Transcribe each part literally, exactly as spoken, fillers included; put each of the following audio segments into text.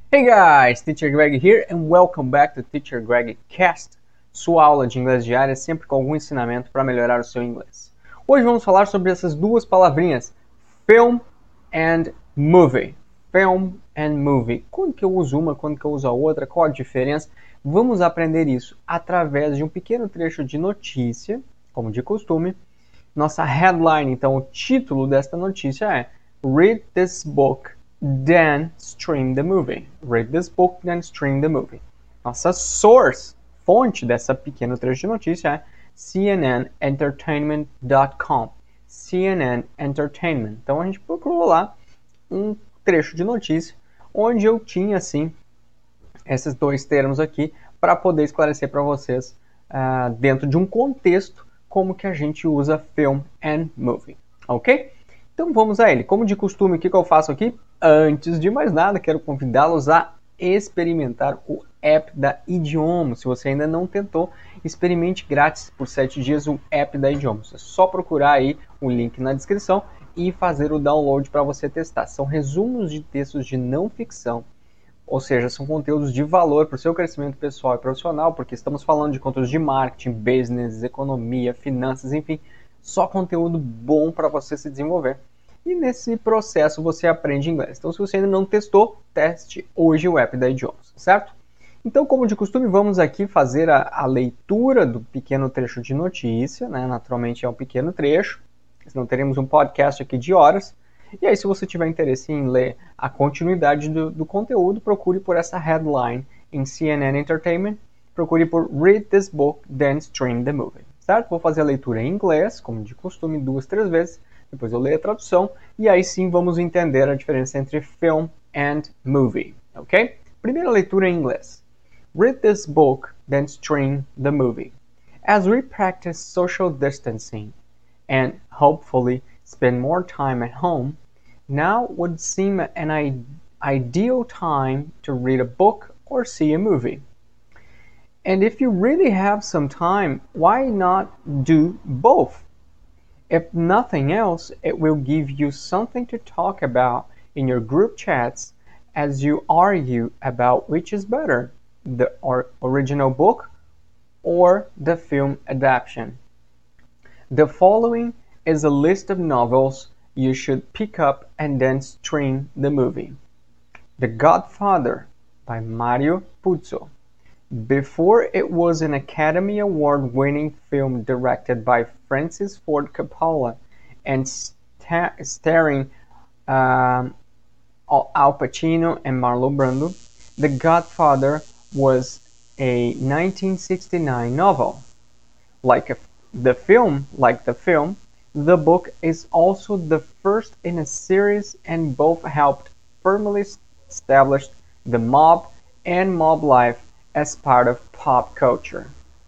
Hey guys, Teacher Greg here and welcome back to Teacher Greg Cast, sua aula de inglês diária sempre com algum ensinamento para melhorar o seu inglês. Hoje vamos falar sobre essas duas palavrinhas, film and movie. Film and movie. Quando que eu uso uma, quando que eu uso a outra, qual a diferença? Vamos aprender isso através de um pequeno trecho de notícia, como de costume. Nossa headline, então o título desta notícia é Read this book, then stream the movie. Read this book, then stream the movie. Nossa source, fonte dessa pequena trecho de notícia é C N N entertainment dot com. C N N Entertainment. Então a gente procurou lá um trecho de notícia onde eu tinha assim esses dois termos aqui para poder esclarecer para vocês uh, dentro de um contexto como que a gente usa film and movie, ok? Então vamos a ele. Como de costume, o que, que eu faço aqui? Antes de mais nada, quero convidá-los a experimentar o app da Idiomas. Se você ainda não tentou, experimente grátis por sete dias o app da Idiomas. É só procurar aí o link na descrição e fazer o download para você testar. São resumos de textos de não ficção, ou seja, são conteúdos de valor para o seu crescimento pessoal e profissional, porque estamos falando de conteúdos de marketing, business, economia, finanças, enfim, só conteúdo bom para você se desenvolver. E nesse processo você aprende inglês. Então, se você ainda não testou, teste hoje o app da Idiomas, certo? Então, como de costume, vamos aqui fazer a, a leitura do pequeno trecho de notícia, né? Naturalmente é um pequeno trecho, senão teremos um podcast aqui de horas. E aí, se você tiver interesse em ler a continuidade do, do conteúdo, procure por essa headline em C N N Entertainment, procure por Read this book, then stream the movie, certo? Vou fazer a leitura em inglês, como de costume, duas, três vezes, depois eu leio a tradução, e aí sim vamos entender a diferença entre film and movie, ok? Primeira leitura em inglês. Read this book, then stream the movie. As we practice social distancing and hopefully spend more time at home, now would seem an I- ideal time to read a book or see a movie. And if you really have some time, why not do both? If nothing else, it will give you something to talk about in your group chats as you argue about which is better, the or- original book or the film adaptation. The following is a list of novels you should pick up and then stream the movie. The Godfather by Mario Puzo. Before it was an Academy Award-winning film directed by Francis Ford Coppola and sta- starring um, Al Pacino and Marlon Brando, The Godfather was a nineteen sixty-nine novel. Like a, the film, like the film, the book is also the first in a series and both helped firmly establish the mob and mob life as part of pop culture.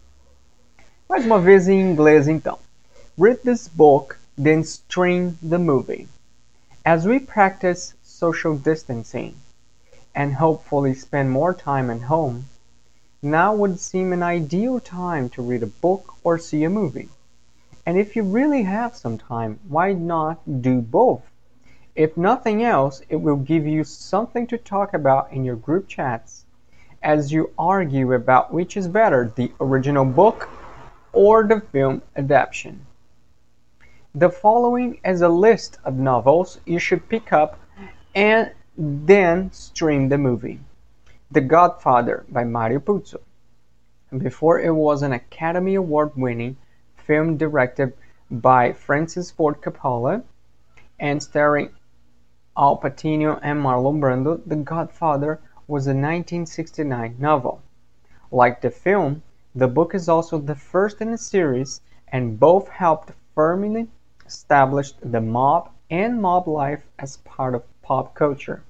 Mais uma vez em inglês então. Read this book, then stream the movie. As we practice social distancing and hopefully spend more time at home, now would seem an ideal time to read a book or see a movie. And if you really have some time, why not do both? If nothing else, it will give you something to talk about in your group chats as you argue about which is better, the original book or the film adaptation. The following is a list of novels you should pick up and then stream the movie. The Godfather by Mario Puzo. Before it was an Academy Award-winning film directed by Francis Ford Coppola and starring Al Pacino and Marlon Brando, The Godfather was a nineteen sixty-nine novel. Like the film, the book is also the first in a series, and both helped firmly establish the mob and mob life as part of pop culture.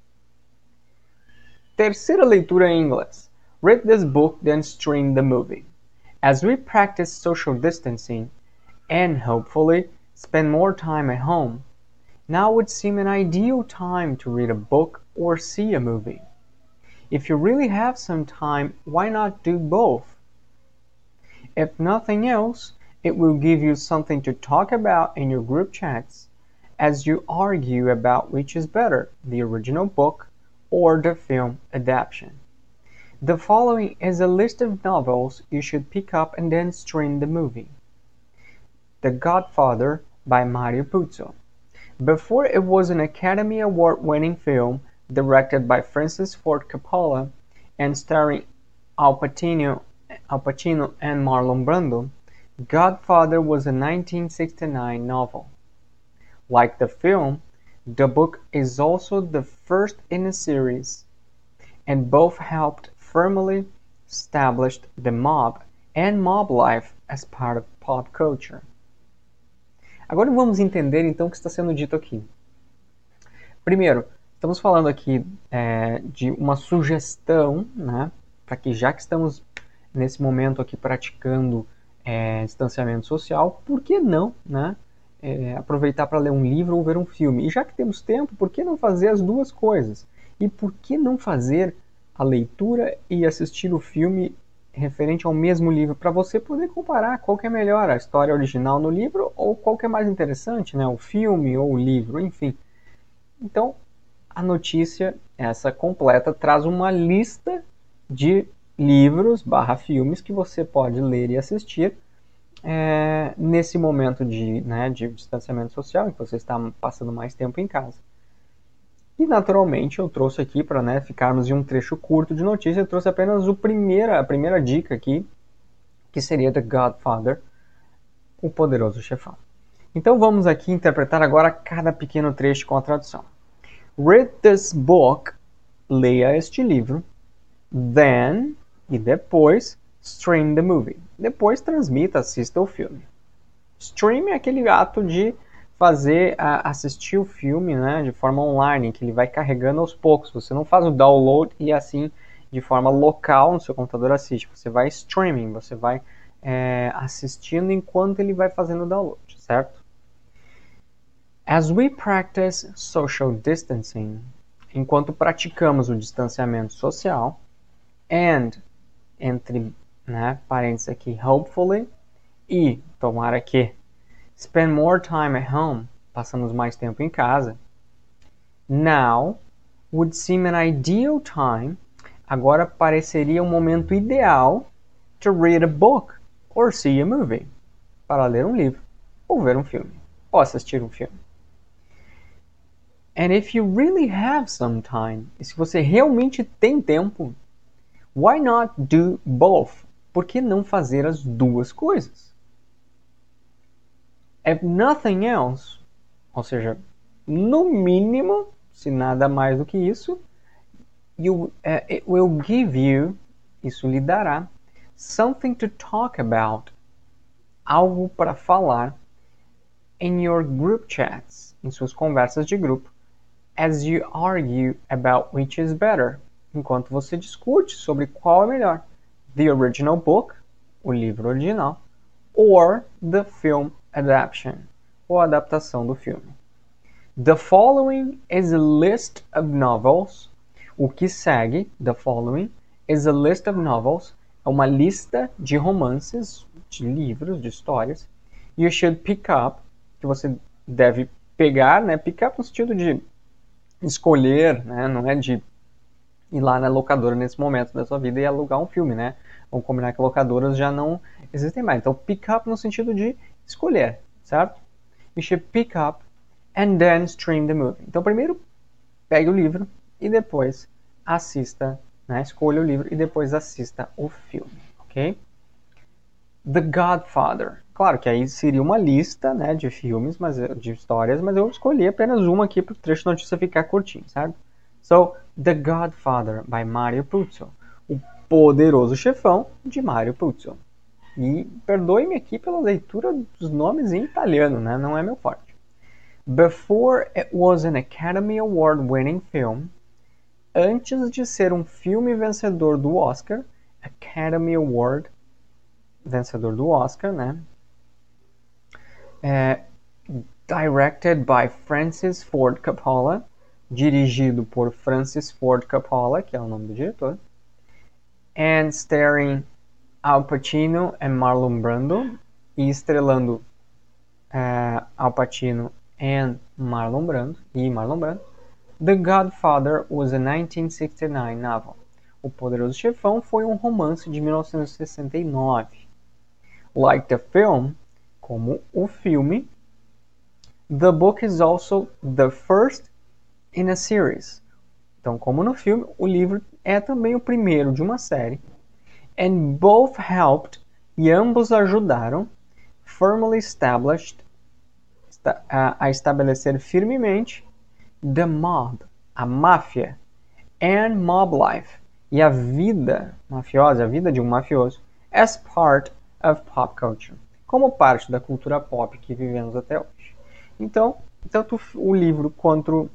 Terceira leitura em inglês. Read this book, then stream the movie. As we practice social distancing and hopefully spend more time at home, now would seem an ideal time to read a book or see a movie. If you really have some time, why not do both? If nothing else, it will give you something to talk about in your group chats as you argue about which is better, the original book or the film adaptation. The following is a list of novels you should pick up and then stream the movie. The Godfather by Mario Puzo. Before it was an Academy Award-winning film directed by Francis Ford Coppola and starring Al Pacino, Al Pacino and Marlon Brando, Godfather was a nineteen sixty-nine novel. Like the film, the book is also the first in a series, and both helped firmly establish the mob and mob life as part of pop culture. Agora vamos entender então o que está sendo dito aqui. Primeiro, estamos falando aqui é, de uma sugestão, né, para que já que estamos nesse momento aqui praticando é, distanciamento social, por que não, né, é, aproveitar para ler um livro ou ver um filme? E já que temos tempo, por que não fazer as duas coisas? E por que não fazer a leitura e assistir o filme referente ao mesmo livro, para você poder comparar qual que é melhor, a história original no livro ou qual que é mais interessante, né, o filme ou o livro, enfim. Então, a notícia, essa completa, traz uma lista de livros barra filmes que você pode ler e assistir é, nesse momento de, né, de distanciamento social, em que você está passando mais tempo em casa. E, naturalmente, eu trouxe aqui para, né, ficarmos em um trecho curto de notícia, eu trouxe apenas o primeira, a primeira dica aqui, que seria The Godfather, o Poderoso Chefão. Então vamos aqui interpretar agora cada pequeno trecho com a tradução. Read this book, leia este livro, then, e depois, stream the movie. Depois transmita, assista o filme. Stream é aquele ato de fazer, assistir o filme, né, de forma online, que ele vai carregando aos poucos. Você não faz o download e assim, de forma local, no seu computador assiste. Você vai streaming, você vai é, assistindo enquanto ele vai fazendo o download, certo? As we practice social distancing, enquanto praticamos o distanciamento social, and, entre né, parênteses aqui, hopefully, e, tomara que, spend more time at home, passamos mais tempo em casa. Now would seem an ideal time, agora pareceria um momento ideal to read a book or see a movie, para ler um livro, ou ver um filme, ou assistir um filme. And if you really have some time, e se você realmente tem tempo, why not do both? Por que não fazer as duas coisas? If nothing else, ou seja, no mínimo, se nada mais do que isso, you, uh, it will give you, isso lhe dará, something to talk about, algo para falar, in your group chats, em suas conversas de grupo, as you argue about which is better, enquanto você discute sobre qual é melhor, the original book, o livro original, or the film adaptation, ou adaptação do filme. The following is a list of novels. O que segue, the following, is a list of novels, é uma lista de romances, de livros, de histórias. You should pick up, que você deve pegar, né? Pick up no sentido de escolher, né? Não é de ir lá na locadora nesse momento da sua vida e alugar um filme, né? Vamos combinar que locadoras já não existem mais. Então, pick up no sentido de escolher, certo? You should pick up and then stream the movie. Então, primeiro, pegue o livro e depois assista, né? Escolha o livro e depois assista o filme, ok? The Godfather. Claro que aí seria uma lista, né, de filmes, mas, de histórias, mas eu escolhi apenas uma aqui para o trecho de notícia ficar curtinho, certo? So, The Godfather, by Mario Puzo. O Poderoso Chefão, de Mario Puzo. E perdoe-me aqui pela leitura dos nomes em italiano, né? Não é meu forte. Before it was an Academy Award-winning film, antes de ser um filme vencedor do Oscar, Academy Award, vencedor do Oscar, né? É, directed by Francis Ford Coppola, dirigido por Francis Ford Coppola, que é o nome do diretor, and starring Al Pacino e Marlon Brando, e estrelando uh, Al Pacino e Marlon Brando, e Marlon Brando. The Godfather was a nineteen sixty-nine novel. O Poderoso Chefão foi um romance de mil novecentos e sessenta e nove. Like the film, como o filme, the book is also the first in a series. Então, como no filme, o livro é também o primeiro de uma série. And both helped, e ambos ajudaram, firmly established, a estabelecer firmemente, the mob, a máfia, and mob life, e a vida mafiosa, a vida de um mafioso, as part of pop culture, como parte da cultura pop que vivemos até hoje. Então, tanto o livro quanto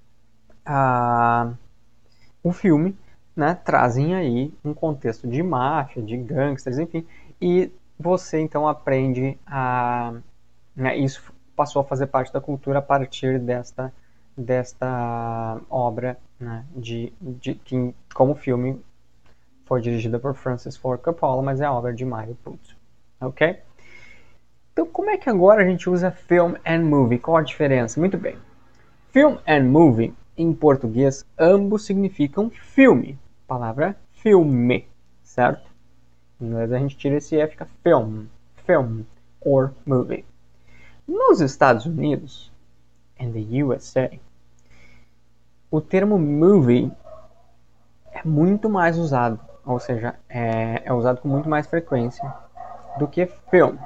a, o filme, né, trazem aí um contexto de máfia, de gangsters, enfim, e você então aprende a... Né, isso passou a fazer parte da cultura a partir desta, desta obra, né, de, de, que, como filme foi dirigida por Francis Ford Coppola, mas é a obra de Mario Puzo, ok? Então, como é que agora a gente usa film and movie? Qual a diferença? Muito bem. Film and movie, em português, ambos significam filme. Palavra filme, certo? Em inglês a gente tira esse E e fica film, film or movie. Nos Estados Unidos, in the U S A, o termo movie é muito mais usado, ou seja, é, é usado com muito mais frequência do que film.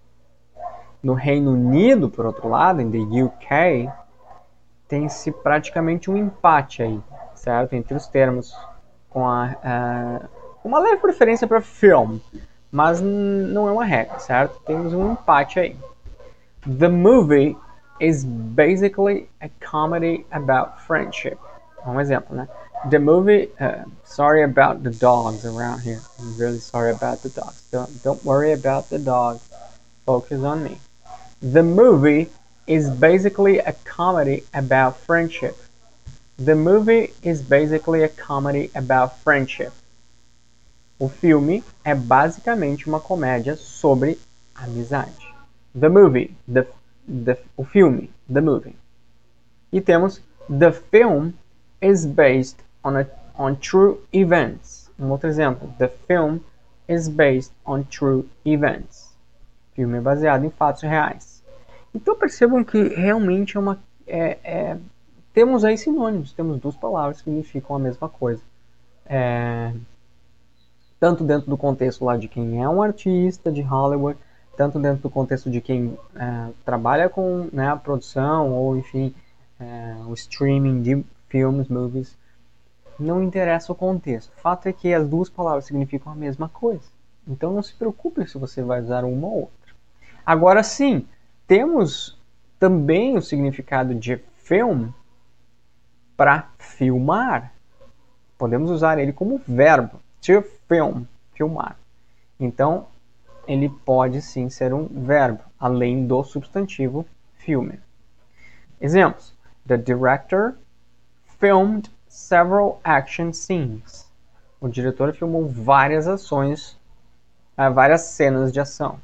No Reino Unido, por outro lado, in the U K, tem-se praticamente um empate aí, certo? Entre os termos, com a, a, uma leve preferência para film, mas não é uma regra, certo? Temos um empate aí. The movie is basically a comedy about friendship. Um exemplo, né? The movie, uh, sorry about the dogs around here. I'm really sorry about the dogs. Don't, don't worry about the dogs. Focus on me. The movie is basically a comedy about friendship. The movie is basically a comedy about friendship. O filme é basicamente uma comédia sobre amizade. The movie, the, the, o filme, the movie. E temos the film is based on, a, on true events. Um outro exemplo, the film is based on true events. O filme é baseado em fatos reais. Então percebam que realmente é uma, é, é, temos aí sinônimos, temos duas palavras que significam a mesma coisa. É, tanto dentro do contexto lá de quem é um artista de Hollywood, tanto dentro do contexto de quem é, trabalha com, né, a produção ou, enfim, é, o streaming de filmes, movies, não interessa o contexto. O fato é que as duas palavras significam a mesma coisa. Então não se preocupe se você vai usar uma ou outra. Agora sim, temos também o significado de film para filmar. Podemos usar ele como verbo, to film, filmar. Então, ele pode sim ser um verbo, além do substantivo filme. Exemplos. The director filmed several action scenes. O diretor filmou várias ações, várias cenas de ação.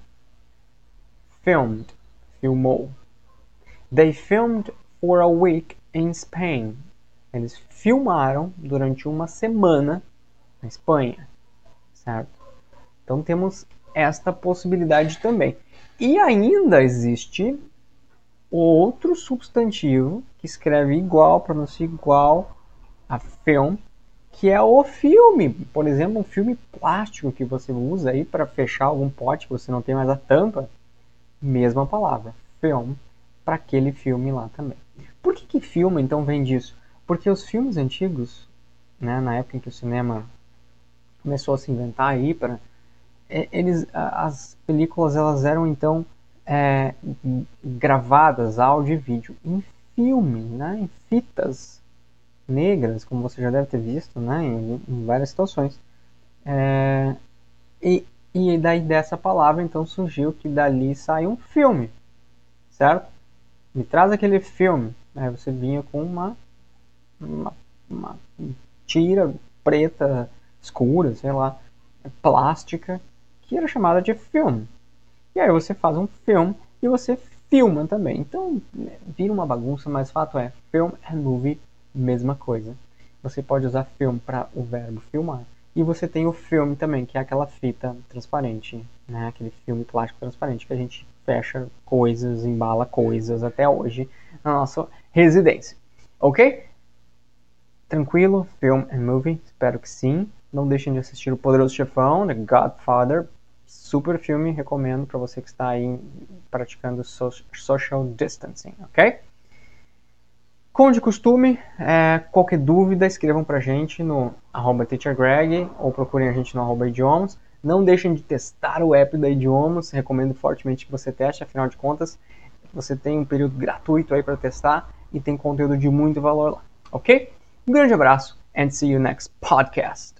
Filmed, filmou. They filmed for a week in Spain. Eles filmaram durante uma semana na Espanha, certo? Então temos esta possibilidade também. E ainda existe outro substantivo que escreve igual, pronuncia igual a film, que é o filme. Por exemplo, um filme plástico que você usa aí para fechar algum pote que você não tem mais a tampa. Mesma palavra, film, para aquele filme lá também. Por que que filme então vem disso? Porque os filmes antigos, né, na época em que o cinema começou a se inventar aí, para eles, as películas elas eram então é, gravadas, áudio e vídeo, em filme, né, em fitas negras, como você já deve ter visto, né, em, em várias situações. É, e, e daí dessa palavra então surgiu que dali sai um filme, certo? Me traz aquele filme. Aí você vinha com uma, uma, uma tira preta escura, sei lá, plástica, que era chamada de filme. E aí você faz um filme e você filma também. Então vira uma bagunça, mas o fato é, film and movie mesma coisa. Você pode usar film para o verbo filmar. E você tem o film também, que é aquela fita transparente, né? Aquele filme plástico transparente que a gente fecha coisas, embala coisas até hoje na nossa residência. Ok? Tranquilo? Film and movie? Espero que sim. Não deixem de assistir O Poderoso Chefão, The Godfather. Super filme, recomendo para você que está aí praticando social distancing, ok? Como de costume, é, qualquer dúvida, escrevam pra gente no arroba teachergreg ou procurem a gente no arroba idiomas. Não deixem de testar o app da Idiomas, recomendo fortemente que você teste, afinal de contas, você tem um período gratuito aí para testar e tem conteúdo de muito valor lá, ok? Um grande abraço and see you next podcast.